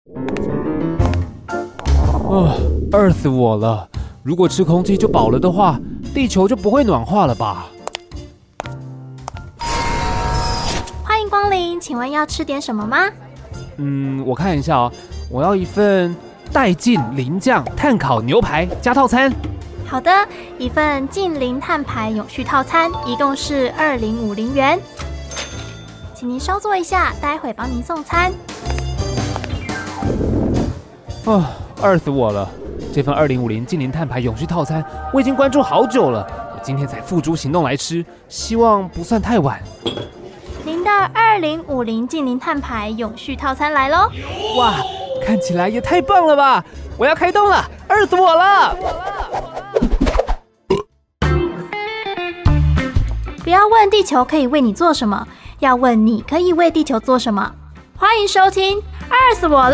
饿死我了！如果吃空气就饱了的话，地球就不会暖化了吧？ 欢迎光临，请问要吃点什么吗？ 我看一下哦，我要一份带劲淋酱炭烤牛排加套餐。 好的，一份近零碳排永续套餐，一共是2050元。请您稍坐一下，待会帮您送餐。 饿死我了！这份2050近零碳排永续套餐，我已经关注好久了，我今天才付诸行动来吃，希望不算太晚。 您的2050近零碳排永续套餐来咯！ 哇，看起来也太棒了吧！我要开动了，饿死我了！ 不要问地球可以为你做什么，要问你可以为地球做什么。欢迎收听《饿死我了》。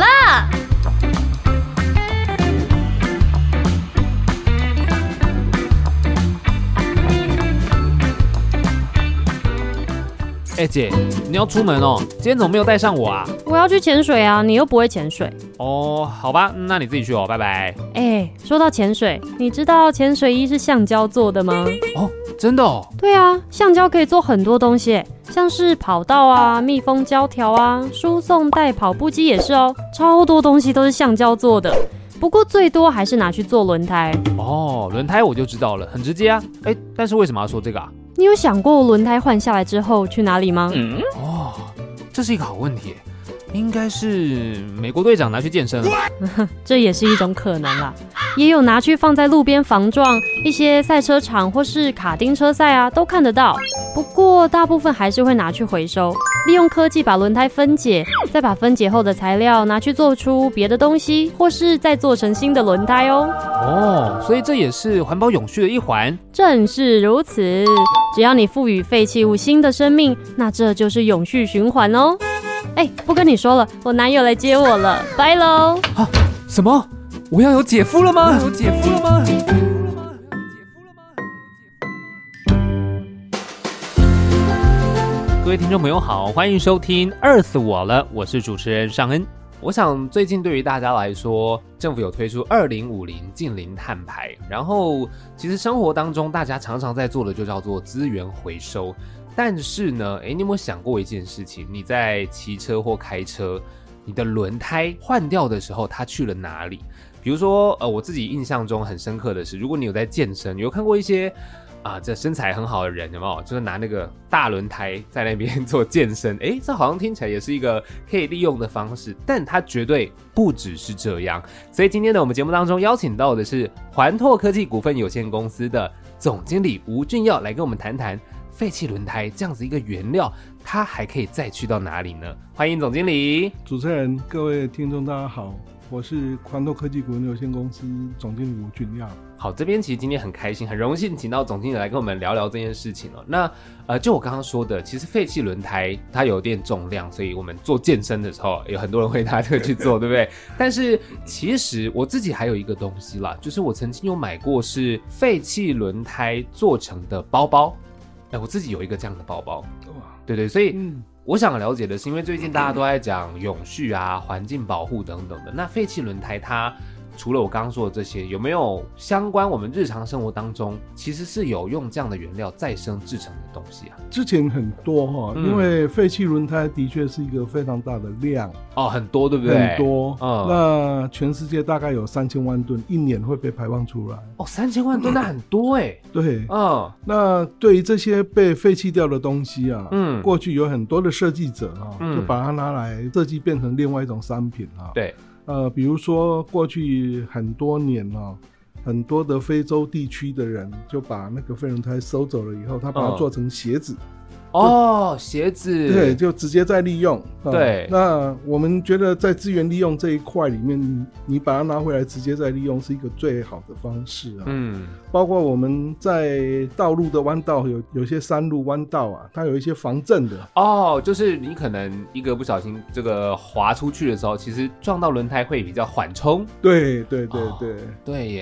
姐，你要出门哦？今天怎么没有带上我啊？ 我要去潜水啊，你又不会潜水。 好吧，那你自己去哦，拜拜。 说到潜水，你知道潜水衣是橡胶做的吗？ 真的哦？ 对啊，橡胶可以做很多东西，像是跑道啊、密封胶条啊、输送带跑步机也是哦，超多东西都是橡胶做的。不过最多还是拿去做轮胎。 轮胎我就知道了，很直接啊。但是为什么要说这个啊？ 你有想过轮胎换下来之后去哪里吗？ 这是一个好问题，应该是美国队长拿去健身了。 这也是一种可能啦，也有拿去放在路边防撞，一些赛车场或是卡丁车赛啊都看得到。不过大部分还是会拿去回收，利用科技把轮胎分解，再把分解后的材料拿去做出别的东西，或是再做成新的轮胎哦。 所以这也是环保永续的一环。 正是如此，只要你赋予废弃物新的生命，那这就是永续循环哦。不跟你说了，我男友来接我了，拜喽。 什么？我要有姐夫了吗？各位听众朋友好，欢迎收听饿死我了，我是主持人尚恩。我想最近对于大家来说，政府有推出2050近零碳排，然后其实生活当中大家常常在做的就叫做资源回收。但是呢，你有没有想过一件事情？你在骑车或开车，你的轮胎换掉的时候，它去了哪里？比如说，我自己印象中很深刻的是，如果你有在健身，你有看过一些这身材很好的人，有没有？就是拿那个大轮胎在那边做健身，这好像听起来也是一个可以利用的方式，但它绝对不只是这样。所以今天呢，我们节目当中邀请到的是环拓科技股份有限公司的总经理吴俊耀来跟我们谈谈废弃轮胎这样子一个原料，它还可以再去到哪里呢？欢迎总经理。 主持人，各位听众大家好，我是环拓科技股份有限公司总经理吴俊耀。 好，这边其实今天很开心很荣幸请到总经理来跟我们聊聊这件事情哦。那就我刚刚说的，其实废弃轮胎它有点重量，所以我们做健身的时候有很多人会拿这个去做，对不对？但是其实我自己还有一个东西啦，就是我曾经有买过是废弃轮胎做成的包包。我自己有一个这样的包包，对，所以我想了解的是，因为最近大家都在讲永续啊、环境保护等等的，那废弃轮胎它除了我刚刚说的这些，有没有相关我们日常生活当中其实是有用这样的原料再生制成的东西啊？ 之前很多因为废弃轮胎的确是一个非常大的量很多，对不对？ 很多，那全世界大概有3000万吨一年会被排放出来。 3000万吨那很多对，那对于这些被废弃掉的东西啊，过去有很多的设计者就把它拿来设计变成另外一种商品对。 比如说过去很多年很多的非洲地区的人就把那个废轮胎收走了以后，他把它做成鞋子。 鞋子， 对，就直接再利用。 对， 那我们觉得在资源利用这一块里面，你把它拿回来直接再利用是一个最好的方式包括我们在道路的弯道，有些山路弯道它有一些防震的。 就是你可能一个不小心这个滑出去的时候，其实撞到轮胎会比较缓冲。 对， 对耶。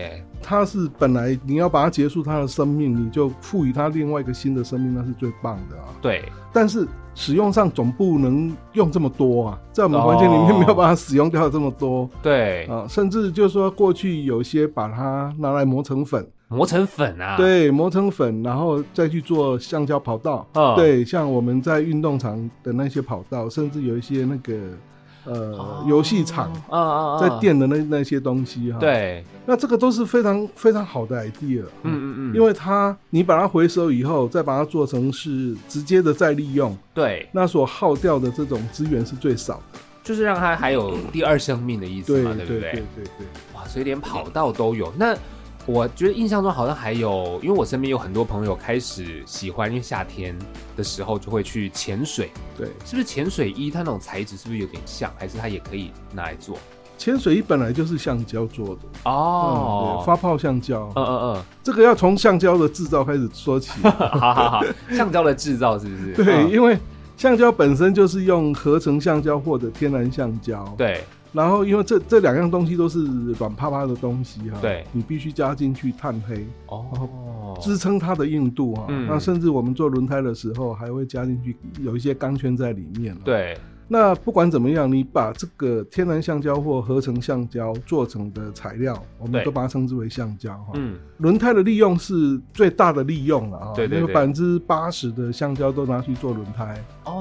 它是本来你要把它结束它的生命，你就赋予它另外一个新的生命，那是最棒的啊。 对， 但是使用上总不能用这么多啊，在我们环境里面没有办法使用掉这么多。 对啊，甚至就是说过去有些把它拿来磨成粉。 磨成粉啊？ 对，磨成粉，然后再去做橡胶跑道。对，像我们在运动场的那些跑道，甚至有一些那个游戏场在垫的那些东西哈。 对， 那这个都是非常非常好的 idea。因为你把它回收以后，再把它做成是直接的再利用。 对， 那所耗掉的这种资源是最少的。 就是让它还有第二生命的意思嘛，对不对？ 对。 哇，所以连跑道都有。那我觉得印象中好像还有，因为我身边有很多朋友开始喜欢，因为夏天的时候就会去潜水。对，是不是潜水衣它那种材质是不是有点像，还是它也可以拿来做？ 潜水衣本来就是橡胶做的对，发泡橡胶。这个要从橡胶的制造开始说起。 好，橡胶的制造是不是？ 对，因为橡胶本身就是用合成橡胶或者天然橡胶。 对。 然后因为这两样东西都是软趴趴的东西哈， 对， 你必须加进去炭黑然后支撑它的硬度哈。那甚至我们做轮胎的时候还会加进去有一些钢圈在里面。 对。 那不管怎么样，你把这个天然橡胶或合成橡胶做成的材料，我们都把它称之为橡胶轮胎的利用是最大的利用了啊。对，有80%的橡胶都拿去做轮胎。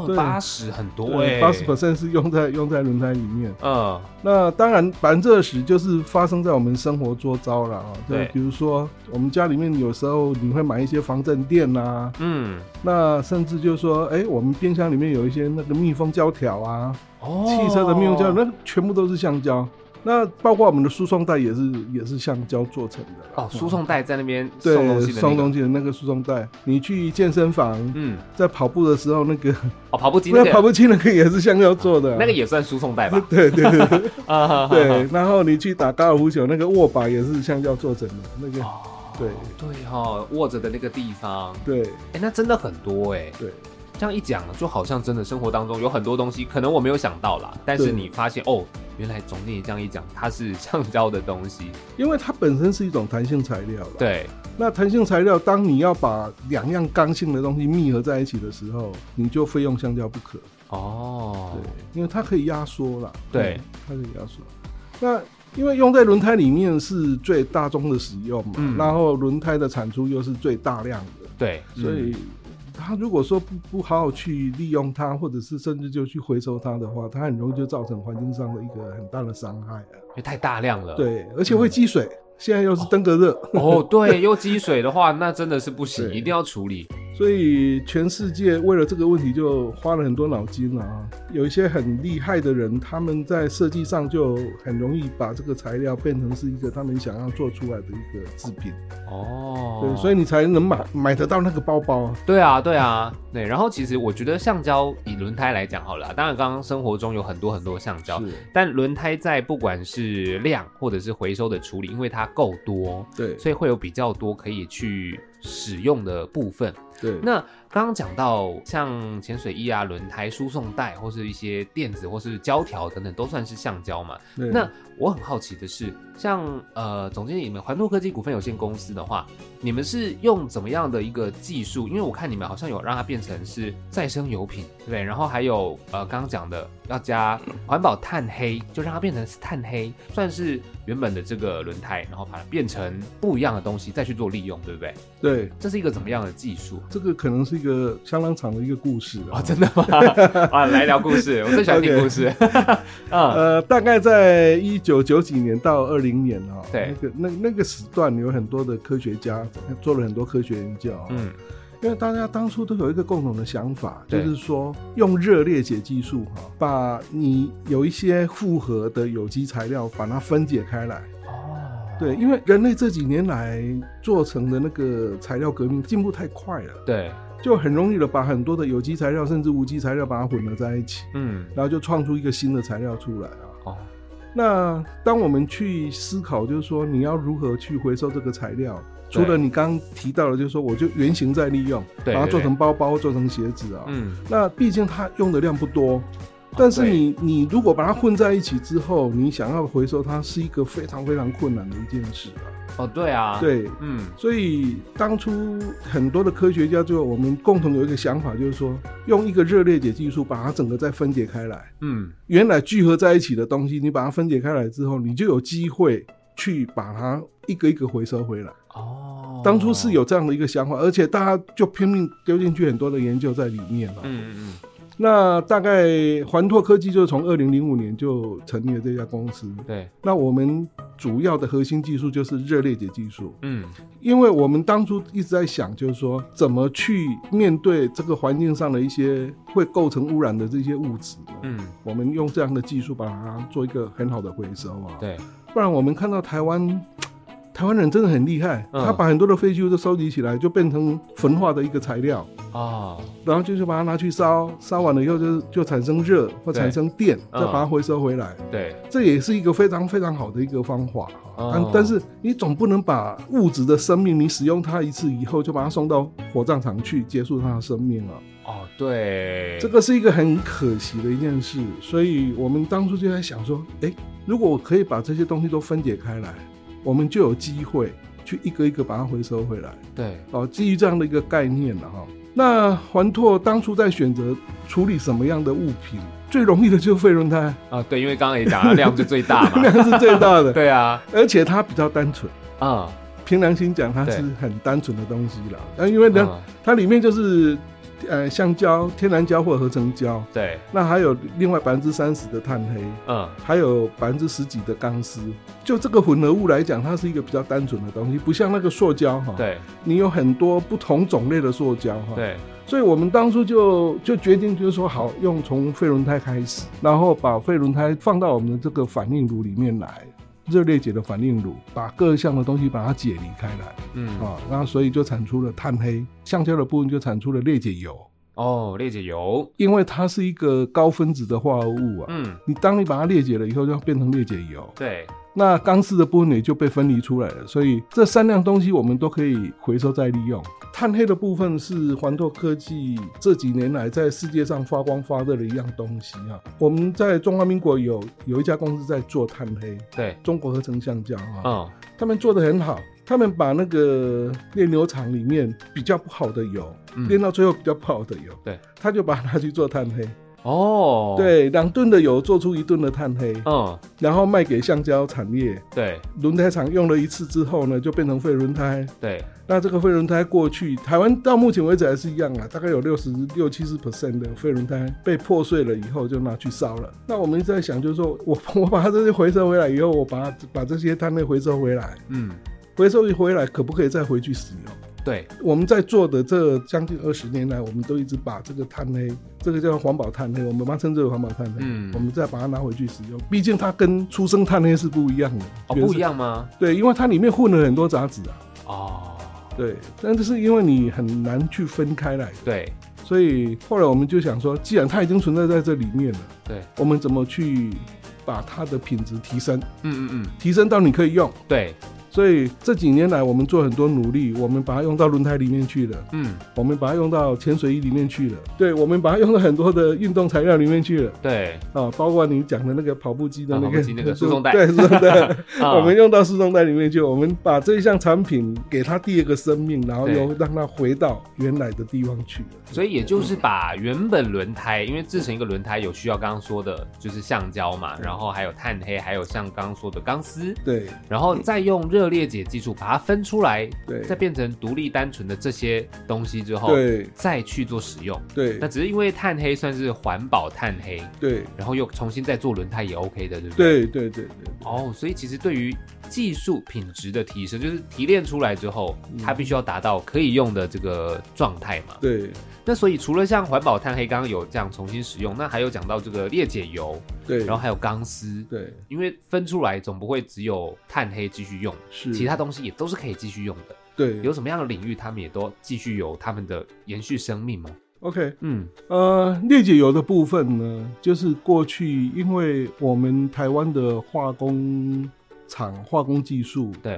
80%很多 80% 是用在轮胎里面。那当然20%就是发生在我们生活周遭了啊。对，比如说我们家里面有时候你会买一些防震垫啊。那甚至就是说，我们冰箱里面有一些那个密封胶条啊，汽车的密封胶，那全部都是橡胶。那包括我们的输送带也是橡胶做成的。 输送带在那边送东西的送东西的那个输送带，你去健身房，在跑步的时候那个跑步机那个也是橡胶做的。 那个也算输送带吧？ 对。对，然后你去打高尔夫球，那个握把也是橡胶做成的那个。对握着的那个地方。对，那真的很多对。这样一讲，就好像真的生活当中有很多东西，可能我没有想到啦，但是你发现原来总经理这样一讲，它是橡胶的东西， 因为它本身是一种弹性材料啦。 对， 那弹性材料，当你要把两样刚性的东西密合在一起的时候，你就非用橡胶不可。对，因为它可以压缩啦。对，它可以压缩。那因为用在轮胎里面是最大宗的使用嘛，然后轮胎的产出又是最大量的。对，所以他如果说不好好去利用它，或者是甚至就去回收它的话，它很容易就造成环境上的一个很大的伤害因为太大量了。 对，而且会积水。现在又是登革热对，又积水的话，那真的是不行，一定要处理。 所以全世界为了这个问题就花了很多脑筋啊。有一些很厉害的人，他们在设计上就很容易把这个材料变成是一个他们想要做出来的一个制品。对，所以你才能买得到那个包包。 对啊。对，然后其实我觉得橡胶以轮胎来讲好了，当然刚刚生活中有很多很多橡胶，但轮胎在不管是量或者是回收的处理，因为它够多，对，所以会有比较多可以去使用的部分。对，那刚刚讲到像潜水衣啊、轮胎、输送带或是一些垫子或是胶条等等，都算是橡胶嘛。那我很好奇的是，像总经理，你们环兔科技股份有限公司的话，你们是用怎么样的一个技术？因为我看你们好像有让它变成是再生油品，对不对？然后还有刚刚讲的要加环保碳黑，就让它变成是碳黑，算是原本的这个轮胎，然后把它变成不一样的东西，再去做利用，对不对？ 对， 这是一个怎么样的技术？ 这个可能是一个相当长的一个故事真的吗？来聊故事，我最喜欢听故事。 大概在1990几年到20年对， 那个时段有很多的科学家做了很多科学研究因为大家当初都有一个共同的想法，就是说用热裂解技术把你有一些复合的有机材料把它分解开来。对，因为人类这几年来做成的那个材料革命进步太快了，对，就很容易的把很多的有机材料甚至无机材料把它混合在一起，然后就创出一个新的材料出来那当我们去思考就是说你要如何去回收这个材料，除了你刚刚提到的就是说我就原型再利用，把它做成包包做成鞋子那毕竟它用的量不多，但是你如果把它混在一起之后，你想要回收它是一个非常非常困难的一件事哦，对啊， 对，所以当初很多的科学家就我们共同有一个想法，就是说用一个热裂解技术把它整个再分解开来。原来聚合在一起的东西，你把它分解开来之后，你就有机会去把它一个一个回收回来。当初是有这样的一个想法，而且大家就拼命丢进去很多的研究在里面了。那大概环拓科技就是从2005年就成立了这家公司。对，那我们主要的核心技术就是热裂解技术。因为我们当初一直在想，就是说怎么去面对这个环境上的一些会构成污染的这些物质。我们用这样的技术把它做一个很好的回收啊。对，不然我们看到台湾人真的很厉害，他把很多的废弃物都收集起来，就变成焚化的一个材料然后就是把它拿去烧完了以后就产生热或产生电，再把它回收回来。对，这也是一个非常非常好的一个方法。但是你总不能把物质的生命，你使用它一次以后就把它送到火葬场去结束它的生命了。对，这个是一个很可惜的一件事。所以我们当初就在想说，如果我可以把这些东西都分解开来，我们就有机会去一个一个把它回收回来。对，基于这样的一个概念了哈。那环拓当初在选择处理什么样的物品，最容易的就是废轮胎对，因为刚刚也讲了，量是最大嘛， 量是最大的。对啊， 而且它比较单纯凭良心讲，它是很单纯的东西啦。因为它里面就是橡胶、天然胶或合成胶。对，那还有另外30%的碳黑，还有10%几的钢丝。就这个混合物来讲，它是一个比较单纯的东西，不像那个塑胶对，你有很多不同种类的塑胶对，所以我们当初就决定，就是说好用从废轮胎开始，然后把废轮胎放到我们的这个反应炉里面来。热裂解的反应炉把各项的东西把它解离开来，然后所以就产出了碳黑，橡胶的部分就产出了裂解油。裂解油，因为它是一个高分子的化合物当你把它裂解了以后，就要变成裂解油。对，那钢丝的部分也就被分离出来了，所以这3样东西我们都可以回收再利用。碳黑的部分是环拓科技这几年来在世界上发光发热的一样东西我们在中华民国有一家公司在做碳黑，对，中国合成橡胶他们做得很好。他们把那个炼油厂里面比较不好的油炼到最后比较不好的油，对，他就把它拿去做碳黑。对，2吨的油做出1吨的碳黑，然后卖给橡胶产业。对，轮胎厂用了一次之后呢，就变成废轮胎。对，那这个废轮胎过去台湾到目前为止还是一样大概有60-70% 的废轮胎被破碎了以后就拿去烧了。那我们一直在想，就是说我把它这些回收回来以后，我把这些碳黑回收回来，回收一回来可不可以再回去使用？对，我们在做的这将近20年来，我们都一直把这个碳黑，这个叫环保碳黑，我们把它称之为环保碳黑，我们再把它拿回去使用。毕竟它跟出生碳黑是不一样的。不一样吗？对，因为它里面混了很多杂质对，但是因为你很难去分开来。对，所以后来我们就想说，既然它已经存在在这里面了，对，我们怎么去把它的品质提升？提升到你可以用。对。所以这几年来我们做很多努力，我们把它用到轮胎里面去了，我们把它用到潜水衣里面去了，对，我们把它用到很多的运动材料里面去了，对，包括你讲的那个跑步机的那个输送带，对，输送带我们用到输送带里面去，我们把这一项产品给它第2个生命，然后又让它回到原来的地方去了。 所以也就是把原本轮胎，因为制成一个轮胎有需要刚刚说的就是橡胶嘛，然后还有碳黑，还有像刚刚说的钢丝，对，然后再用热裂解技术把它分出来，对，再变成独立单纯的这些东西之后，对，再去做使用。对，那只是因为碳黑算是环保碳黑，对，然后又重新再做轮胎也 OK 的，对不对？对。所以其实对于技术品质的提升，就是提炼出来之后，它必须要达到可以用的这个状态嘛。对。那所以除了像环保碳黑刚刚有这样重新使用，那还有讲到这个裂解油，对，然后还有钢丝，对，因为分出来总不会只有碳黑继续用，是，其他东西也都是可以继续用的。对，有什么样的领域他们也都继续有他们的延续生命吗？ OK， 裂解油的部分呢，就是过去因为我们台湾的化工厂化工技术，对，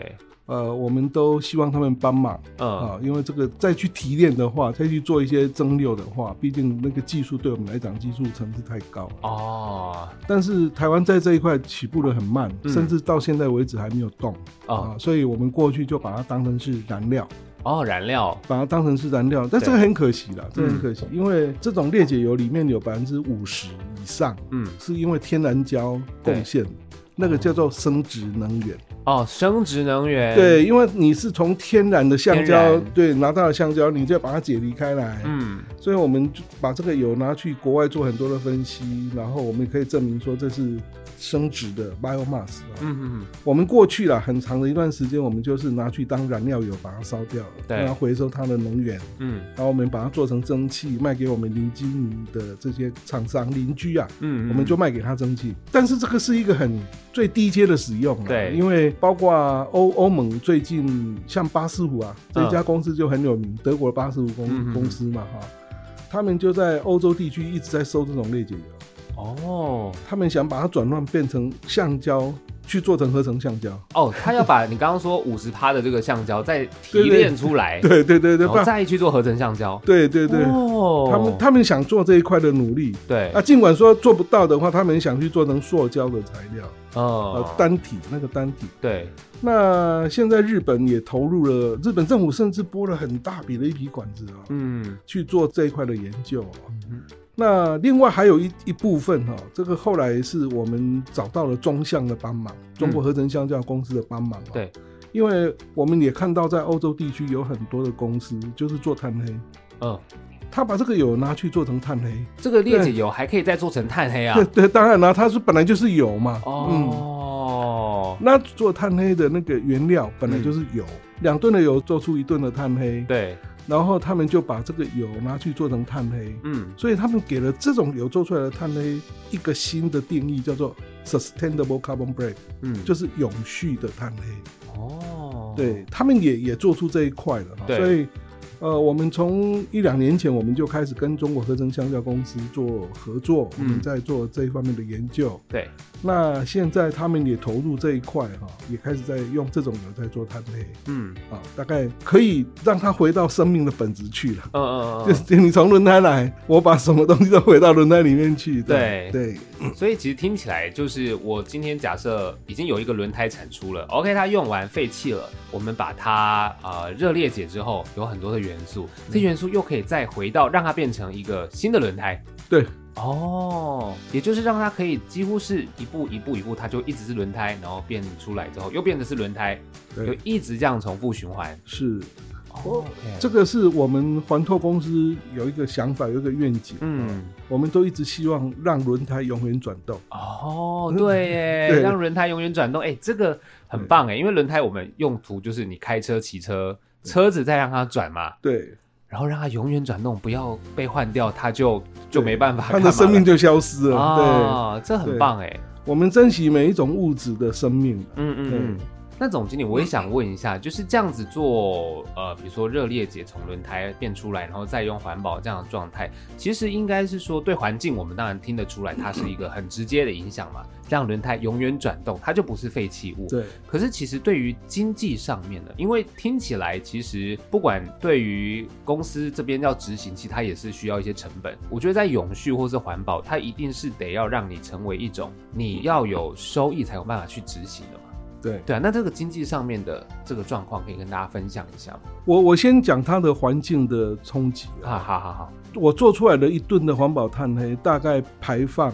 我们都希望他们帮忙因为这个再去提炼的话，再去做一些蒸馏的话，毕竟那个技术对我们来讲技术层次太高了但是台湾在这一块起步的很慢甚至到现在为止还没有动所以我们过去就把它当成是燃料燃料把它当成是燃料，但这个很可惜啦，这个很可惜，因为这种裂解油里面有50%以上是因为天然胶贡献那个叫做生质能源生质能源对，因为你是从天然的橡胶对拿到的橡胶，你就要把它解离开来所以我们就把这个油拿去国外做很多的分析，然后我们可以证明说这是生质的 biomass 我们过去啦很长的一段时间我们就是拿去当燃料油把它烧掉了，然后回收它的能源然后我们把它做成蒸汽卖给我们邻近的这些厂商邻居我们就卖给他蒸汽，但是这个是一个很最低阶的使用对，因为包括欧盟最近像巴斯夫这家公司就很有名德国的巴斯夫公司嘛他们就在欧洲地区一直在收这种裂解油他们想把它转换变成橡胶去做成合成橡胶他要把你刚刚说50%的这个橡胶再提炼出来对然后再去做合成橡胶对他们想做这一块的努力对尽管说做不到的话他们想去做成塑胶的材料单体那个单体对， 那现在日本也投入了，日本政府甚至拨了很大笔的一笔管子去做这一块的研究那另外还有一部分这个后来是我们找到了中橡的帮忙中国合成橡胶公司的帮忙对， 因为我们也看到在欧洲地区有很多的公司就是做碳黑他把这个油拿去做成碳黑， 这个裂解油还可以再做成碳黑对，当然啦，它是本来就是油嘛那做碳黑的那个原料本来就是油，2吨的油做出1吨的碳黑对， 然后他们就把这个油拿去做成碳黑所以他们给了这种油做出来的碳黑一个新的定义叫做 sustainable carbon black 就是永续的碳黑对，他们也做出这一块了所以我们从1-2年前我们就开始跟中国合成橡胶公司做合作我们在做这一方面的研究对， 那现在他们也投入这一块也开始在用这种油在做碳黑大概可以让它回到生命的本质去了就是你从轮胎来我把什么东西都回到轮胎里面去对所以其实听起来就是我今天假设已经有一个轮胎产出了 OK 它用完废弃了我们把它热裂解之后有很多的元素这元素又可以再回到让它变成一个新的轮胎对也就是让它可以几乎是一步一步它就一直是轮胎然后变出来之后又变成是轮胎就一直这样重复循环是这个是我们环透公司有一个想法有一个愿景我们都一直希望让轮胎永远转动对耶让轮胎永远转动这个很棒耶因为轮胎我们用途就是你开车骑车车子再让它转嘛对然后让它永远转动不要被换掉它就没办法它的生命就消失了这很棒耶我们珍惜每一种物质的生命那总经理我也想问一下就是这样子做比如说热裂解从轮胎变出来然后再用环保这样的状态其实应该是说对环境我们当然听得出来它是一个很直接的影响嘛让轮胎永远转动它就不是废弃物对可是其实对于经济上面的因为听起来其实不管对于公司这边要执行其实它也是需要一些成本我觉得在永续或是环保它一定是得要让你成为一种你要有收益才有办法去执行的嘛对那这个经济上面的这个状况可以跟大家分享一下吗？ 我先讲它的环境的冲击好我做出来的1吨的环保碳黑大概排放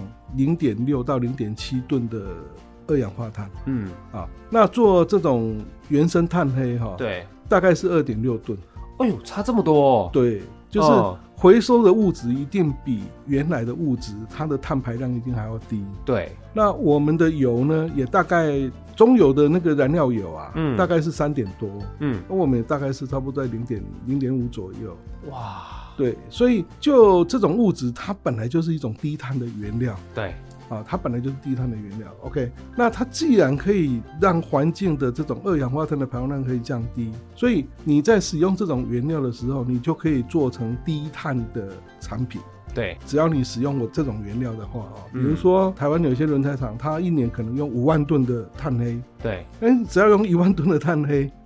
0.6到0.7吨的二氧化碳那做这种原生碳黑对大概是2.6吨差这么多对就是回收的物质一定比原来的物质它的碳排量一定还要低对那我们的油呢也大概中油的那个燃料油大概是3点多那我们也大概是差不多在0.5左右哇对所以就这种物质它本来就是一种低碳的原料对它本来就是低碳的原料 OK 那它既然可以让环境的这种二氧化碳的排放量可以降低所以你在使用这种原料的时候你就可以做成低碳的产品对只要你使用我这种原料的话比如说台湾有些轮胎厂它1年可能用5万吨的碳黑对只要用1万吨的碳黑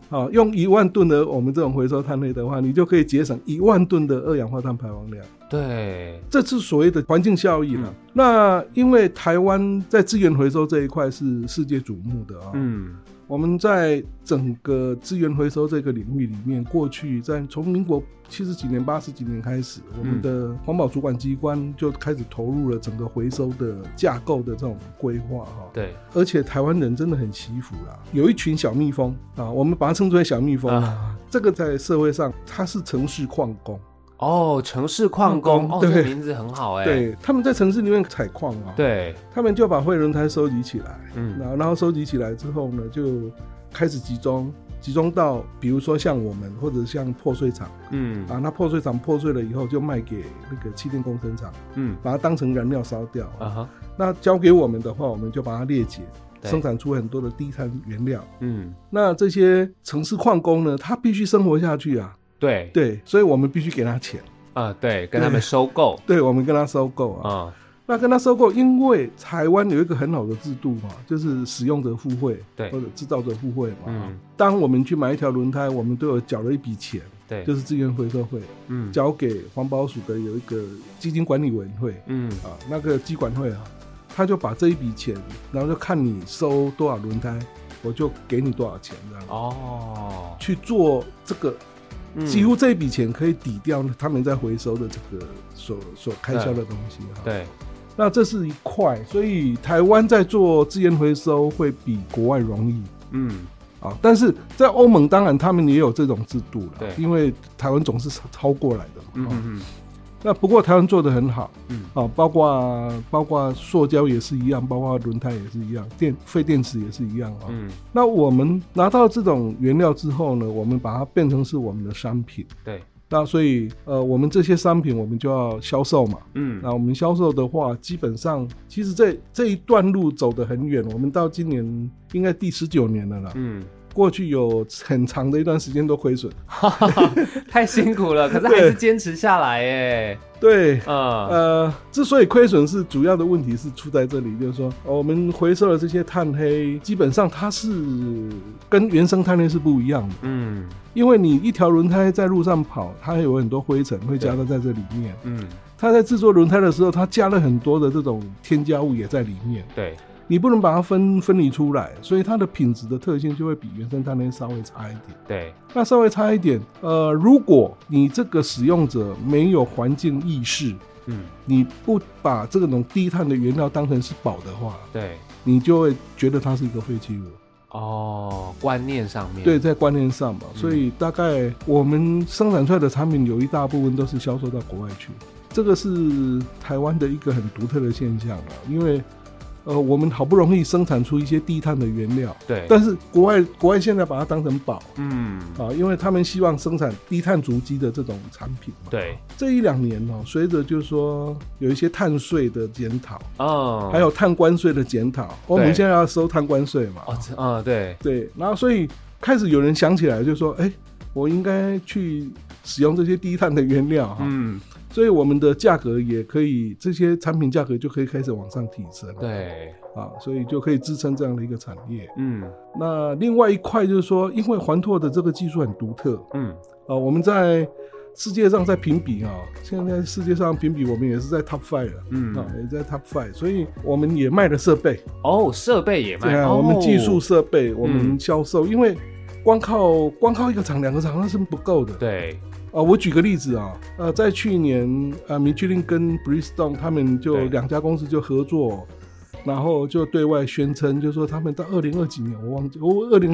用1万吨的我们这种回收碳类的话，你就可以节省1万吨的二氧化碳排放量。 对， 这是所谓的环境效益了。那因为台湾在资源回收这一块是世界瞩目的我们在整个资源回收这个领域里面，过去从民国70几年、80几年开始，我们的环保主管机关就开始投入了整个回收的架构的这种规划对， 而且台湾人真的很惜福啦，有一群小蜜蜂我们把它称之为小蜜蜂这个在社会上它是城市矿工。 城市矿工这个名字很好对，他们在城市里面采矿对， 他们就把废轮胎收集起来然后收集起来之后呢，就开始集中到比如说像我们或者像破碎厂那破碎厂破碎了以后就卖给那个气电工程厂把它当成燃料烧掉那交给我们的话，我们就把它裂解生产出很多的低碳原料那这些城市矿工呢，他必须生活下去对，所以我们必须给他钱对，跟他们收购对，我们跟他收购那跟他收购，因为台湾有一个很好的制度就是使用者互惠或者制造者互惠当我们去买一条轮胎，我们都有缴了一笔钱对，就是资源回收费交给环保署的有一个基金管理委员会那个基管会他就把这一笔钱，然后就看你收多少轮胎，我就给你多少钱这样去做这个几乎这一笔钱可以抵掉他们在回收的这个所开销的东西对， 那这是一块，所以台湾在做资源回收会比国外容易但是在欧盟当然他们也有这种制度了，因为台湾总是超过来的那不过台湾做得很好包括塑胶也是一样，包括轮胎也是一样，废电池也是一样那我们拿到这种原料之后呢，我们把它变成是我们的商品对， 那所以我们这些商品我们就要销售嘛那我们销售的话，基本上其实这一段路走得很远，我们到今年应该第19年了啦过去有很长的一段时间都亏损太辛苦了，可是还是坚持下来耶对之所以亏损是主要的问题是出在这里，就是说我们回收的这些碳黑基本上它是跟原生碳黑是不一样的因为你一条轮胎在路上跑，它有很多灰尘会加在这里面它在制作轮胎的时候，它加了很多的这种添加物也在里面对， 你不能把它分离出来，所以它的品质的特性就会比原生碳黑稍微差一点对， 那稍微差一点如果你这个使用者没有环境意识你不把这种低碳的原料当成是宝的话对， 你就会觉得它是一个废弃物观念上面对，在观念上嘛所以大概我们生产出来的产品有一大部分都是销售到国外去，这个是台湾的一个很独特的现象因为我们好不容易生产出一些低碳的原料对， 但是国外现在把它当成宝因为他们希望生产低碳足迹的这种产品嘛对，这 1-2年随着就是说有一些碳税的检讨还有碳关税的检讨我们现在要收碳关税嘛对， 然后所以开始有人想起来就说我应该去使用这些低碳的原料所以我们的价格也可以，这些产品价格就可以开始往上提升对所以就可以支撑这样的一个产业那另外一块就是说，因为环拓的这个技术很独特我们在世界上在评比现在世界上评比我们也是在 Top 5 了也在 Top 5，所以我们也卖了设备设备也卖对我们技术设备我们销售因为光靠一个厂2个厂那是不够的对我举个例子在去年米其林跟 Bridgestone 他们就2家公司就合作，然后就对外宣称，就说他们到2020几年我忘记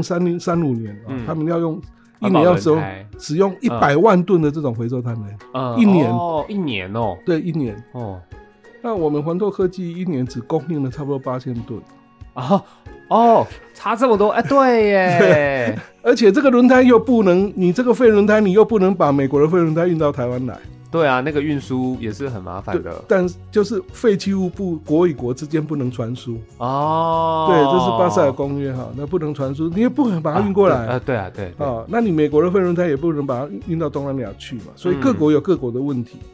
2035年他们要用一年要使用100万吨的这种回收碳类一年一年对一年那我们环拓科技一年只供应了差不多8000吨差这么多对耶而且这个轮胎又不能，你这个废轮胎你又不能把美国的废轮胎运到台湾来对啊，那个运输也是很麻烦的但就是废弃物国与国之间不能传输对，这是巴塞尔公约那不能传输，你也不可能把它运过来对啊对那你美国的废轮胎也不能把它运到东南亚去嘛，所以各国有各国的问题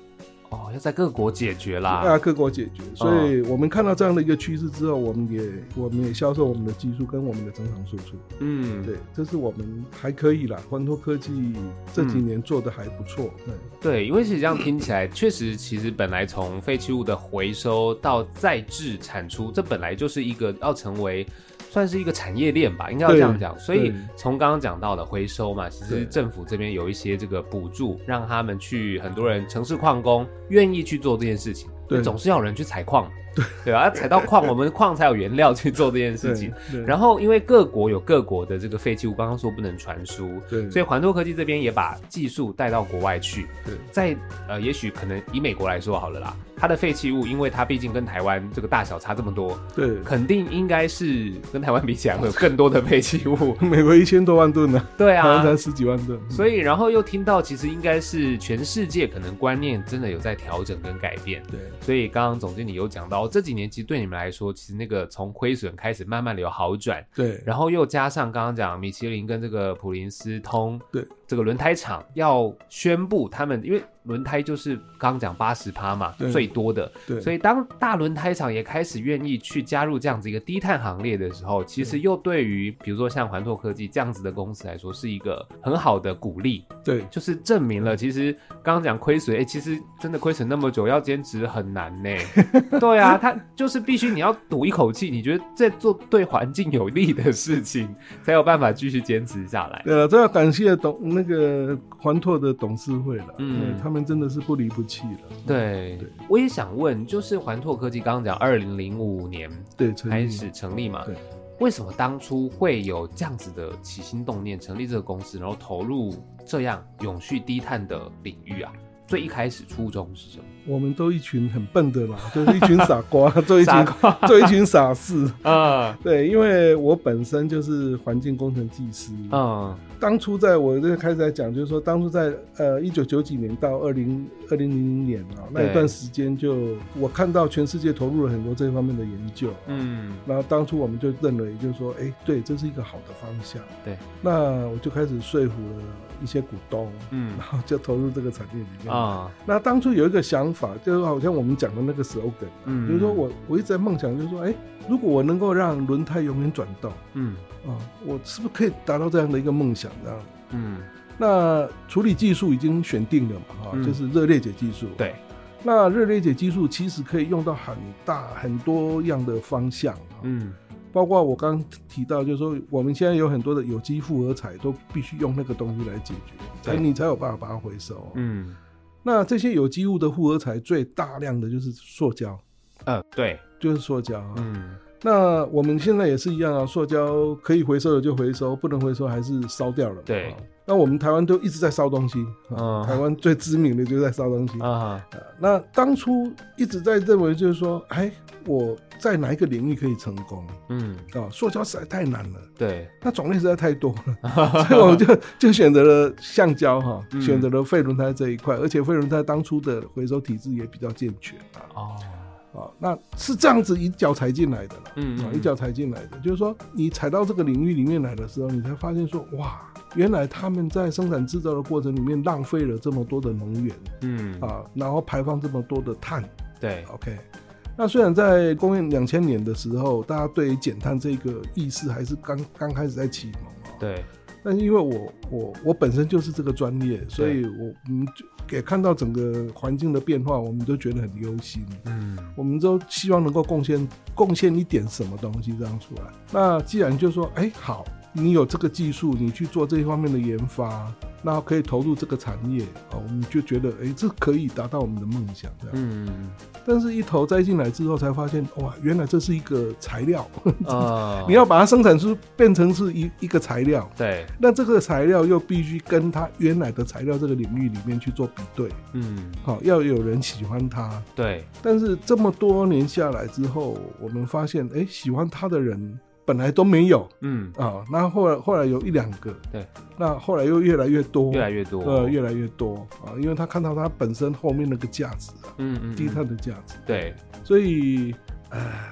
哦，要在各国解决啦， 各国解决。所以我们看到这样的一个趋势之后，我们也销售我们的技术跟我们的整场输出。对，这是我们还可以啦。环拓科技这几年做的还不错。 对，因为其实这样听起来，确实，其实本来从废弃物的回收到再制产出，这本来就是一个要成为算是一个产业链吧，应该要这样讲。所以从刚刚讲到的回收嘛，其实政府这边有一些这个补助，让他们去很多人城市矿工愿意去做这件事情，总是要有人去采矿。对吧？采到矿，我们矿才有原料去做这件事情。然后，因为各国有各国的这个废弃物，刚刚说不能传输，所以环拓科技这边也把技术带到国外去。在也许可能以美国来说好了啦，它的废弃物，因为它毕竟跟台湾这个大小差这么多，肯定应该是跟台湾比起来会有更多的废弃物。 美国1000多万吨呢， 对啊， 台湾才10几万吨。 所以，然后又听到，其实应该是全世界可能观念真的有在调整跟改变。所以刚刚总经理有讲到。这几年其实对你们来说，其实那个从亏损开始慢慢的有好转，然后又加上刚刚讲米其林跟这个普林斯通，这个轮胎厂要宣布他们，因为轮胎就是刚刚讲80%嘛，最多的，所以当大轮胎厂也开始愿意去加入这样子一个低碳行列的时候，其实又对于比如说像环拓科技这样子的公司来说，是一个很好的鼓励。就是证明了其实刚刚讲亏损，其实真的亏损那么久，要坚持很难呢。对啊，他就是必须你要赌一口气，你觉得在做对环境有利的事情，才有办法继续坚持下来。 对了，这要感谢那个环拓的董事会了，他们真的是不离不弃了。 对，我也想问，就是环拓科技刚刚讲2005年开始成立嘛，为什么当初会有这样子的起心动念成立这个公司，然后投入这样永续低碳的领域啊？最一开始初衷是什么？ 我们都一群很笨的啦，就是一群傻瓜，做一群傻事啊。对，因为我本身就是环境工程技师。当初在我这个开始在讲，就是说当初在1990几年到2000年啊，那一段时间就我看到全世界投入了很多这方面的研究。然后当初我们就认为，就是说，对，这是一个好的方向。对，那我就开始说服了一些股东，然后就投入这个产业里面。那当初有一个想法，就好像我们讲的那个 slogan，就是说我一直在梦想，就是说，如果我能够让轮胎永远转动，我是不是可以达到这样的一个梦想？这样，那处理技术已经选定了嘛，就是热裂解技术。对，那热裂解技术其实可以用到很多样的方向。包括我刚提到，就是说我们现在有很多的有机复合材都必须用那个东西来解决，你才有办法把它回收。那这些有机物的复合材最大量的就是塑胶。 对， 就是塑胶。那我们现在也是一样啊，塑胶可以回收的就回收，不能回收还是烧掉了。对，那我们台湾都一直在烧东西，台湾最知名的就是在烧东西。那当初一直在认为就是说，我在哪一个领域可以成功？塑胶实在太难了，对，那种类实在太多了，所以我们就选择了橡胶，选择了废轮胎这一块，而且废轮胎当初的回收体制也比较健全。那是这样子一脚踩进来的啦，一脚踩进来的，就是说你踩到这个领域里面来的时候，你才发现说，哇，原来他们在生产制造的过程里面浪费了这么多的能源，然后排放这么多的碳。对 ，OK。那虽然在公元2000年的时候，大家对于减碳这个意识还是刚开始在启蒙。对。但是因为我本身就是这个专业，所以我们也看到整个环境的变化，我们都觉得很忧心。我们都希望能够贡献一点什么东西这样出来。那既然就说，好，你有这个技术，你去做这一方面的研发，那可以投入这个产业，我们就觉得，这可以达到我们的梦想这样。但是一头栽进来之后才发现，哇，原来这是一个材料，你要把它生产出变成是一个材料。对，那这个材料又必须跟它原来的材料这个领域里面去做比对。要有人喜欢它。对，但是这么多年下来之后，我们发现，喜欢它的人本来都没有。那后来有1-2个。对，那后来又越来越多，越来越多因为他看到他本身后面那个价值低碳的价值。对，所以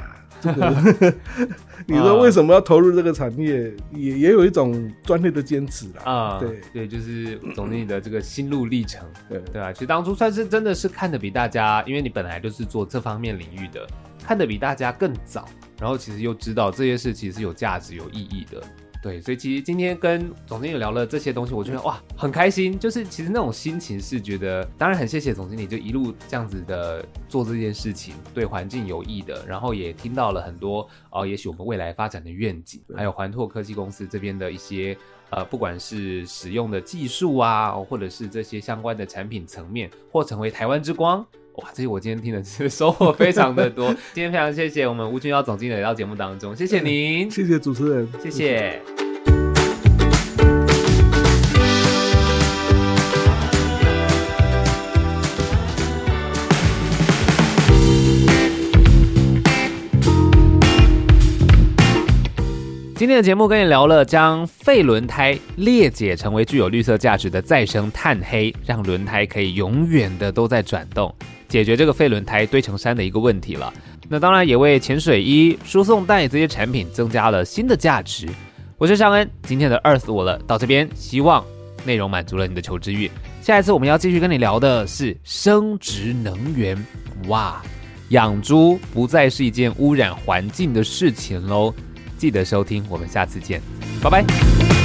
这个你说为什么要投入这个产业，也有一种专业的坚持啦。 对，就是总经理的这个心路历程，对啊，其实当初算是真的是看得比大家，因为你本来就是做这方面领域的，看得比大家更早，然后其实又知道这些事其实是有价值有意义的。对，所以其实今天跟总经理聊了这些东西，我觉得哇很开心，就是其实那种心情是觉得，当然很谢谢总经理就一路这样子的做这件事情，对环境有益的，然后也听到了很多也许我们未来发展的愿景，还有环拓科技公司这边的一些不管是使用的技术啊，或者是这些相关的产品层面，或成为台湾之光。哇，这些我今天听的是收获非常的多。今天非常谢谢我们吴君尧总经理来到节目当中，谢谢您， 谢谢主持人， 谢谢。今天的节目跟你聊了将废轮胎裂解成为具有绿色价值的再生碳黑，让轮胎可以永远的都在转动，解决这个废轮胎堆成山的一个问题了。那当然也为潜水衣、输送带这些产品增加了新的价值。我是尚恩，今天的饿死我了到这边，希望内容满足了你的求知欲。下一次我们要继续跟你聊的是生质能源。哇，养猪不再是一件污染环境的事情咯。记得收听，我们下次见，拜拜。